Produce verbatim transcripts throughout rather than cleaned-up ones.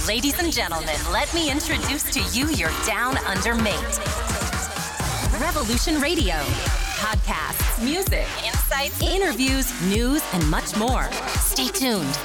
Ladies and gentlemen, let me introduce to you your Down Under mate. Revolution Radio. Podcasts, music, insights, interviews, news, and much more. Stay tuned.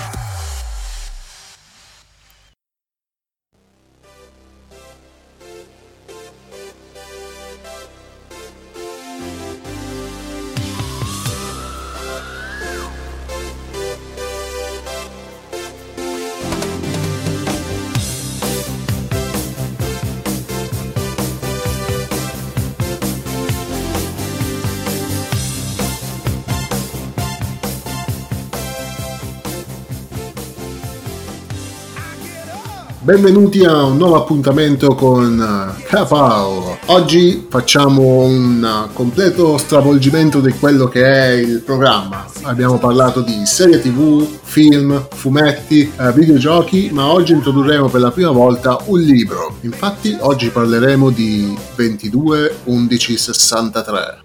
Benvenuti a un nuovo appuntamento con Kapow. Oggi facciamo un completo stravolgimento di quello che è il programma. Abbiamo parlato di serie tv, film, fumetti, eh, videogiochi, ma oggi introdurremo per la prima volta un libro. Infatti oggi parleremo di ventidue undici sessantatré.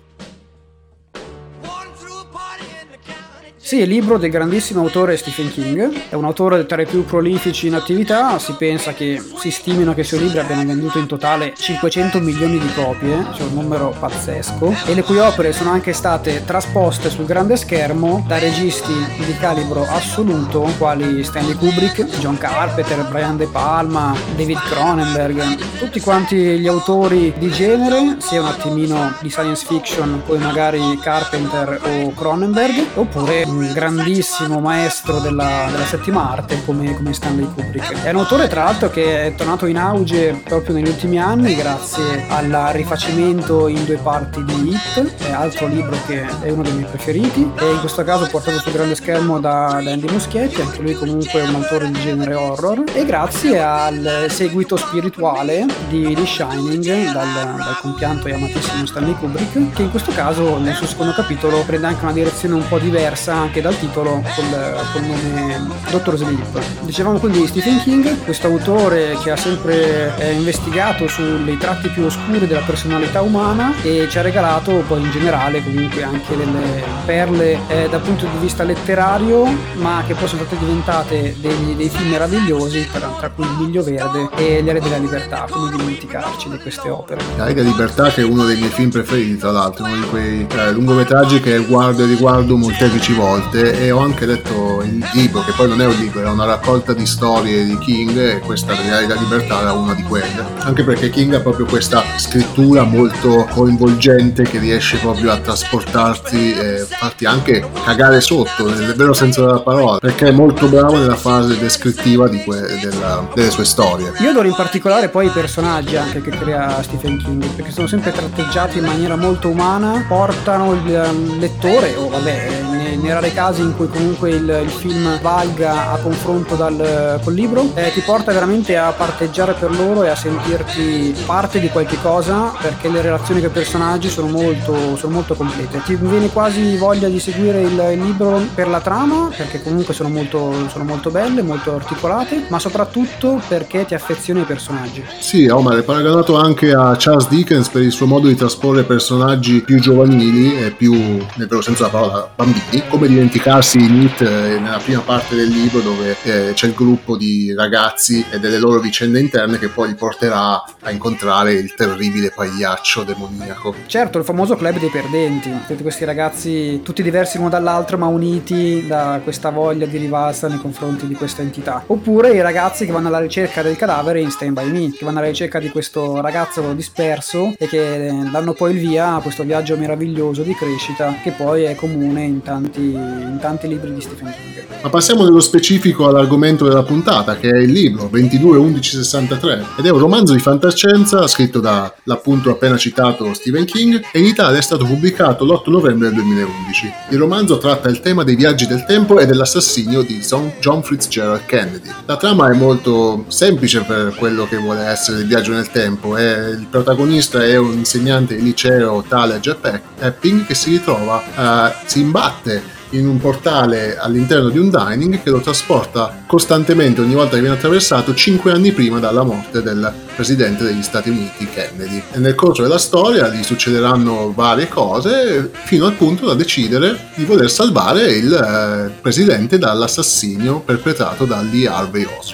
Sì, il libro del grandissimo autore Stephen King, è un autore tra i più prolifici in attività, si pensa che si stimino che i suoi libri abbiano venduto in totale cinquecento milioni di copie, cioè un numero pazzesco, e le cui opere sono anche state trasposte sul grande schermo da registi di calibro assoluto quali Stanley Kubrick, John Carpenter, Brian De Palma, David Cronenberg, tutti quanti gli autori di genere, sia un attimino di science fiction, poi magari Carpenter o Cronenberg, oppure un grandissimo maestro della, della settima arte come, come Stanley Kubrick. È un autore tra l'altro che è tornato in auge proprio negli ultimi anni grazie al rifacimento in due parti di It, è altro libro che è uno dei miei preferiti, e in questo caso portato sul grande schermo da, da Andy Muschietti, anche lui comunque è un autore di genere horror, e grazie al seguito spirituale di The Shining dal, dal compianto e amatissimo Stanley Kubrick, che in questo caso nel suo secondo capitolo prende anche una direzione un po' diversa anche dal titolo, col, col nome Dottor Sleep. Dicevamo quindi di Stephen King, questo autore che ha sempre eh, investigato sui tratti più oscuri della personalità umana e ci ha regalato poi in generale comunque anche delle perle eh, dal punto di vista letterario, ma che poi sono state diventate degli, dei film meravigliosi, tra, tra cui Il Miglio Verde e Gli Eredi della Libertà. Come dimenticarci di queste opere? Gli Eredi della Libertà, che è uno dei miei film preferiti, tra l'altro, uno di quei eh, lungometraggi che guardo e riguardo molteplici volte, e ho anche letto il libro, che poi non è un libro, è una raccolta di storie di King, e questa Gli Eredi della Libertà era una di quelle, anche perché King ha proprio questa scrittura molto coinvolgente che riesce proprio a trasportarti e farti anche cagare sotto, nel vero senso della parola, perché è molto bravo nella fase descrittiva di que- della, delle sue storie. Io adoro in particolare poi i personaggi anche che crea Stephen King, perché sono sempre tratteggiati in maniera molto umana, portano il lettore, o vabbè nei rari casi in cui comunque il, il film valga a confronto dal, col libro, eh, ti porta veramente a parteggiare per loro e a sentirti parte di qualche cosa, perché le relazioni con i personaggi sono molto, sono molto complete. Ti viene quasi voglia di seguire il, il libro per la trama, perché comunque sono molto, sono molto belle, molto articolate, ma soprattutto perché ti affezioni ai personaggi. Sì, Omar è paragonato anche a Charles Dickens per il suo modo di trasporre personaggi più giovanili e più, nel vero senso della parola, bambini. Come dimenticarsi in It, eh, nella prima parte del libro, dove eh, c'è il gruppo di ragazzi e delle loro vicende interne che poi li porterà a incontrare il terribile pagliaccio demoniaco. Certo, il famoso club dei perdenti, tutti questi ragazzi tutti diversi l'uno dall'altro ma uniti da questa voglia di rivalsa nei confronti di questa entità. Oppure i ragazzi che vanno alla ricerca del cadavere in Stand By Me, che vanno alla ricerca di questo ragazzo disperso e che danno poi il via a questo viaggio meraviglioso di crescita che poi è comune in tanti in tanti libri di Stephen King. Ma passiamo nello specifico all'argomento della puntata, che è il libro ventidue undici sessantatré, ed è un romanzo di fantascienza scritto da l'appunto appena citato Stephen King, e in Italia è stato pubblicato l'otto novembre del duemilaundici. Il romanzo tratta il tema dei viaggi del tempo e dell'assassinio di John Fitzgerald Kennedy. La trama è molto semplice per quello che vuole essere il viaggio nel tempo, e il protagonista è un insegnante di liceo, tale Jeff Epping, che si ritrova, uh, si imbatte in un portale all'interno di un dining che lo trasporta costantemente ogni volta che viene attraversato cinque anni prima dalla morte del presidente degli Stati Uniti Kennedy, e nel corso della storia gli succederanno varie cose fino al punto da decidere di voler salvare il eh, presidente dall'assassinio perpetrato da Lee Harvey Oswald.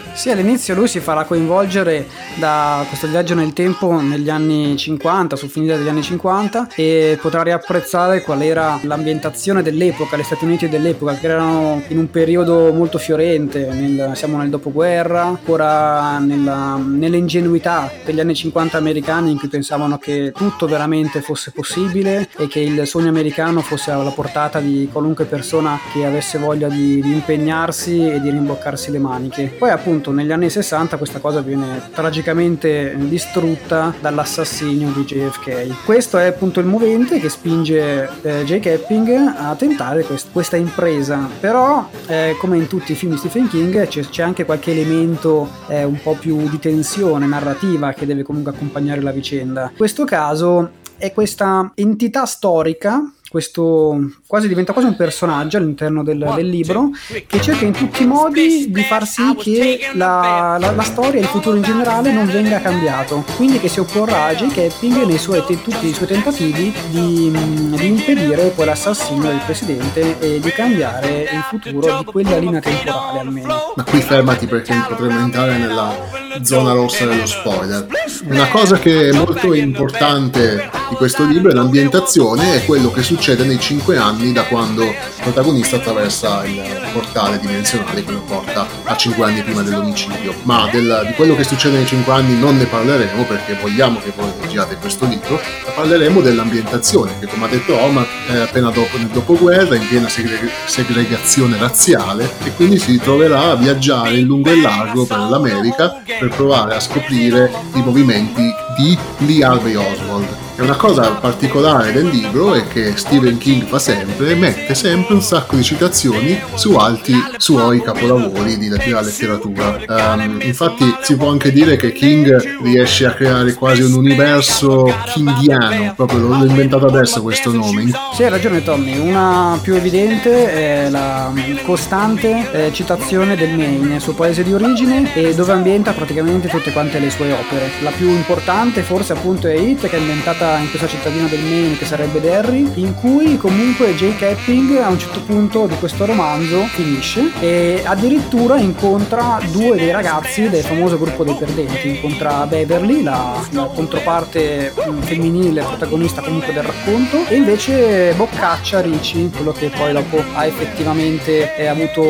Sì, all'inizio lui si farà coinvolgere da questo viaggio nel tempo negli anni cinquanta, sul finire degli anni cinquanta, e potrà riapprezzare qual era l'ambientazione dell'epoca, gli Stati Uniti dell'epoca, che erano in un periodo molto fiorente, nel, siamo nel dopoguerra, ancora nella, nell'ingenuità degli anni cinquanta americani, in cui pensavano che tutto veramente fosse possibile e che il sogno americano fosse alla portata di qualunque persona che avesse voglia di, di impegnarsi e di rimboccarsi le maniche. Poi appunto negli anni sessanta questa cosa viene tragicamente distrutta dall'assassinio di J F K. Questo è appunto il movente che spinge eh, J K. Epping a tentare quest- questa impresa, però eh, come in tutti i film di Stephen King c'è, c'è anche qualche elemento eh, un po' più di tensione narrativa che deve comunque accompagnare la vicenda. In questo caso è questa entità storica, questo quasi diventa quasi un personaggio all'interno del, del libro, che cerca in tutti i modi di far sì che la, la, la storia e il futuro in generale non venga cambiato, quindi che si opporrà a J K. Epping nei suoi, tutti i suoi tentativi di, di impedire poi l'assassinio del presidente e di cambiare il futuro di quella linea temporale almeno. Ma qui fermati, perché potremmo entrare nella zona rossa dello spoiler. Una cosa che è molto importante di questo libro è l'ambientazione e quello che succede nei cinque anni da quando il protagonista attraversa il portale dimensionale che lo porta a cinque anni prima dell'omicidio. Ma del, di quello che succede nei cinque anni non ne parleremo, perché vogliamo che voi leggiate questo libro. Parleremo dell'ambientazione, che come ha detto Omar è appena dopo nel dopoguerra, in piena segre- segregazione razziale, e quindi si troverà a viaggiare in lungo e largo per l'America per provare a scoprire i movimenti di Lee Harvey Oswald. E una cosa particolare del libro è che Stephen King fa sempre, mette sempre un sacco di citazioni su altri suoi capolavori di, della letteratura. Um, infatti si può anche dire che King riesce a creare quasi un universo kingiano, proprio l'ho inventato adesso questo nome. Sì, hai ragione Tommy, una più evidente è la costante eh, citazione del Maine, suo paese di origine, e dove ambienta praticamente tutte quante le sue opere. La più importante forse appunto è It, che è ambientata in questa cittadina del Maine che sarebbe Derry, in cui comunque J K. Epping a un certo punto di questo romanzo finisce e addirittura incontra due dei ragazzi del famoso gruppo dei perdenti. Incontra Beverly, la, la controparte femminile, protagonista comunque del racconto, e invece Boccaccia Ricci, quello che poi dopo ha effettivamente eh, avuto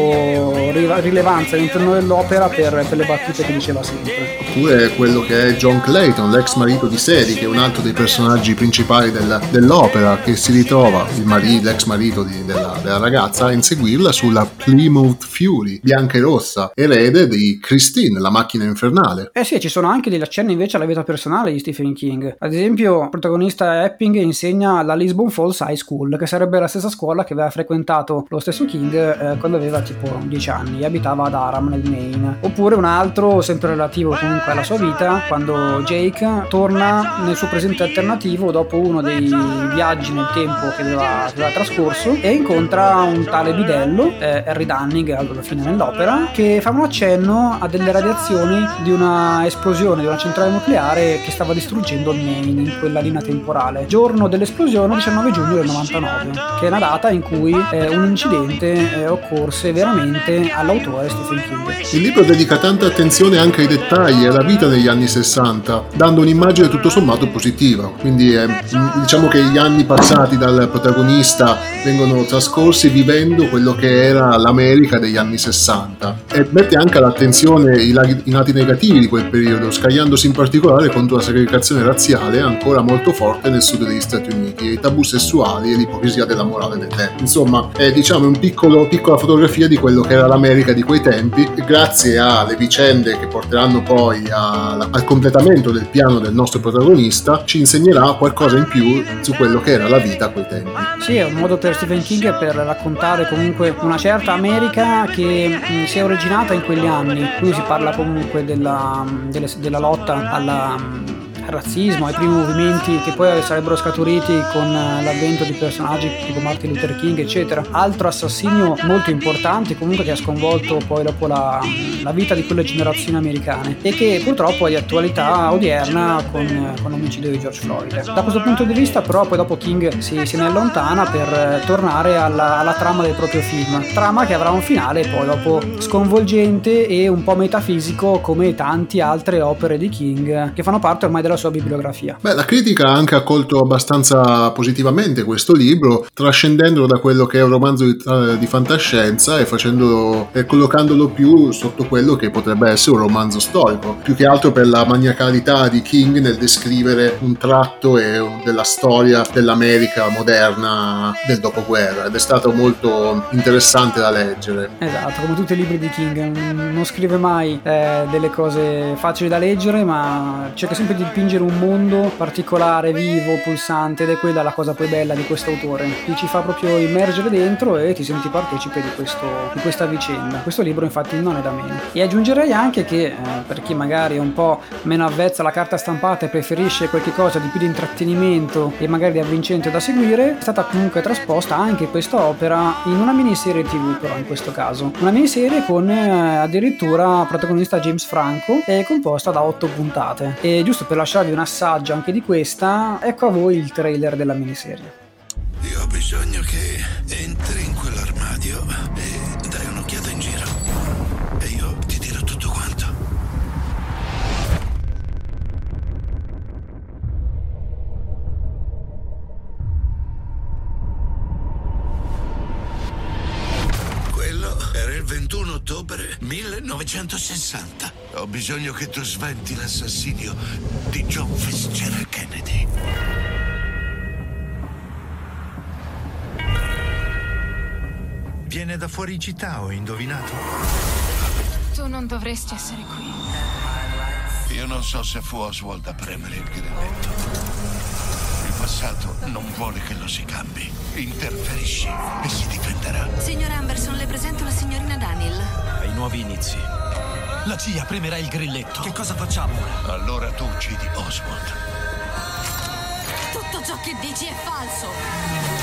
rilevanza all'interno dell'opera per, per le battute che diceva sempre. Oppure quello che è John Clayton, l'ex marito di Sadie, che è un altro dei personaggi principali del, dell'opera, che si ritrova, il marito, l'ex marito di, della, della ragazza, a inseguirla sulla Plymouth Fury, bianca e rossa, erede di Christine, la macchina infernale. Eh sì, ci sono anche degli accenni invece alla vita personale di Stephen King. Ad esempio, il protagonista Epping insegna alla Lisbon Falls High School, che sarebbe la stessa scuola che aveva frequentato lo stesso King eh, quando aveva tipo dieci anni e abitava ad Aram nel Maine. Oppure un altro, sempre relativo comunque alla sua vita, quando Jake torna nel suo presente alternativo dopo uno dei viaggi nel tempo che aveva, che aveva trascorso, e incontra un tale bidello, eh, Harry Dunning alla fine nell'opera, che fa un accenno a delle radiazioni di una esplosione di una centrale nucleare che stava distruggendo il Maine in quella linea temporale. Giorno dell'esplosione diciannove giugno del novantanove, che è una data in cui eh, un incidente eh, occorse veramente all'autore Stephen King. Il libro dedica tanta attenzione anche ai dettagli e alla vita degli anni sessanta, dando un'immagine tutto sommato positiva. Quindi eh, diciamo che gli anni passati dal protagonista vengono trascorsi vivendo quello che era l'America degli anni sessanta, e mette anche all'attenzione i lati negativi di quel periodo, scagliandosi in particolare contro la segregazione razziale ancora molto forte nel sud degli Stati Uniti, e i tabù sessuali e l'ipocrisia della morale del tempo. Insomma, è diciamo un piccolo, piccola fotografia di quello che era l'America di quei tempi, grazie alle vicende che porteranno poi a, al completamento del piano del nostro protagonista. Ci insegnerà qualcosa in più su quello che era la vita a quei tempi. Sì, è un modo per Stephen King per raccontare comunque una certa America che mh, si è originata in quegli anni. Qui si parla comunque della, delle, della lotta alla razzismo, ai primi movimenti che poi sarebbero scaturiti con l'avvento di personaggi tipo Martin Luther King, eccetera. Altro assassinio molto importante comunque che ha sconvolto poi dopo la, la vita di quelle generazioni americane e che purtroppo è di attualità odierna con, con l'omicidio di George Floyd. Da questo punto di vista però poi dopo King si, si ne allontana per tornare alla, alla trama del proprio film, trama che avrà un finale poi dopo sconvolgente e un po' metafisico come tante altre opere di King che fanno parte ormai della sua bibliografia. Beh, la critica ha anche accolto abbastanza positivamente questo libro, trascendendolo da quello che è un romanzo di, uh, di fantascienza e facendolo e collocandolo più sotto quello che potrebbe essere un romanzo storico, più che altro per la maniacalità di King nel descrivere un tratto e un, della storia dell'America moderna del dopoguerra, ed è stato molto interessante da leggere. Esatto, come tutti i libri di King, non scrive mai eh, delle cose facili da leggere, ma cerca sempre di dipingere un mondo particolare, vivo, pulsante, ed è quella la cosa poi bella di questo autore. Ti ci fa proprio immergere dentro e ti senti partecipe di, questo, di questa vicenda. Questo libro infatti non è da meno. E aggiungerei anche che eh, per chi magari è un po' meno avvezza alla carta stampata e preferisce qualche cosa di più di intrattenimento e magari di avvincente da seguire, è stata comunque trasposta anche questa opera in una miniserie tv, però in questo caso una miniserie con eh, addirittura protagonista James Franco, e composta da otto puntate. E giusto per lasciarvi un assaggio anche di questa, ecco a voi il trailer della miniserie. Io ho bisogno che entri in quell'armadio e dai un'occhiata in giro e io ti dirò tutto quanto. Quello era il ventuno ottobre millenovecentosessanta. Ho bisogno che tu sventi l'assassinio di John Fitzgerald Kennedy. Viene da fuori città, ho indovinato? Tu non dovresti essere qui. Io non so se fu Oswald a premere il grilletto. Il passato non vuole che lo si cambi. Interferisci e si difenderà. Signor Amberson, le presento la signorina Daniel. Ai nuovi inizi. La C I A premerà il grilletto. Che cosa facciamo ora? Allora tu uccidi Oswald. Tutto ciò che dici è falso.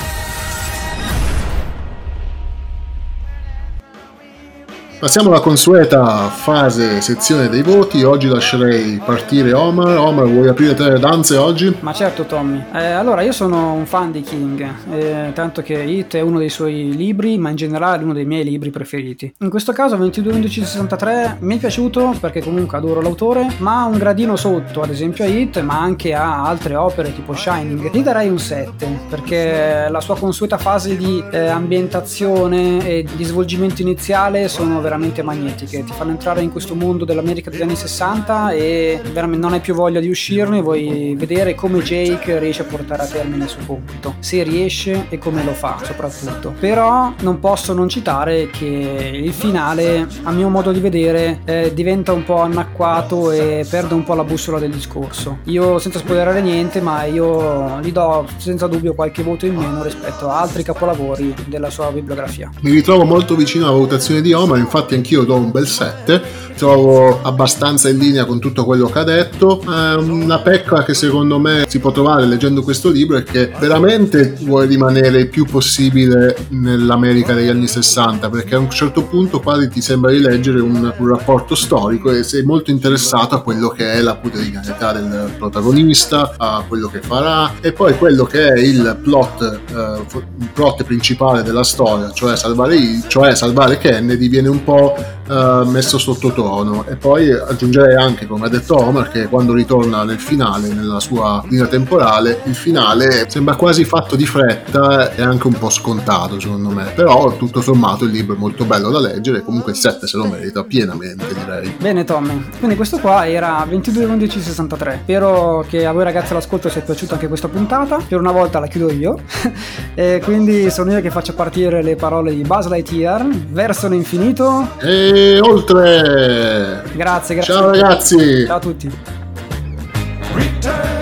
Passiamo alla consueta fase sezione dei voti. Oggi lascerei partire Omar. Omar, vuoi aprire te le danze oggi? Ma certo Tommy. Eh, allora io sono un fan di King, eh, tanto che It è uno dei suoi libri, ma in generale uno dei miei libri preferiti. In questo caso ventidue undici sessantatré mi è piaciuto perché comunque adoro l'autore, ma un gradino sotto ad esempio a It, ma anche a altre opere tipo Shining. Gli darei un sette perché la sua consueta fase di eh, ambientazione e di svolgimento iniziale sono veramente magnetiche, ti fanno entrare in questo mondo dell'America degli anni sessanta e veramente non hai più voglia di uscirne, vuoi vedere come Jake riesce a portare a termine il suo compito, se riesce e come lo fa soprattutto. Però non posso non citare che il finale, a mio modo di vedere, eh, diventa un po' anacquato e perde un po' la bussola del discorso. Io, senza spoilerare niente, ma io gli do senza dubbio qualche voto in meno rispetto a altri capolavori della sua bibliografia. Mi ritrovo molto vicino alla valutazione di Omar, infatti anch'io do un bel sette, trovo abbastanza in linea con tutto quello che ha detto. Eh, una pecca che secondo me si può trovare leggendo questo libro è che veramente vuole rimanere il più possibile nell'America degli anni sessanta, perché a un certo punto quasi ti sembra di leggere un, un rapporto storico e sei molto interessato a quello che è la quotidianità del protagonista, a quello che farà, e poi quello che è il plot, eh, il plot principale della storia, cioè salvare, cioè salvare Kennedy, viene un po' uh, messo sottotono. E poi aggiungerei anche, come ha detto Omar, che quando ritorna nel finale, nella sua linea temporale, il finale sembra quasi fatto di fretta e anche un po' scontato secondo me, però tutto sommato il libro è molto bello da leggere, comunque il sette se lo merita pienamente, direi. Bene Tommy, quindi questo qua era ventidue undici sessantatré. Spero che a voi ragazzi all'ascolto sia piaciuta anche questa puntata, per una volta la chiudo io e quindi sono io che faccio partire le parole di Buzz Lightyear verso l'infinito e oltre. Grazie, grazie. Ciao ragazzi. Ciao a tutti. Return.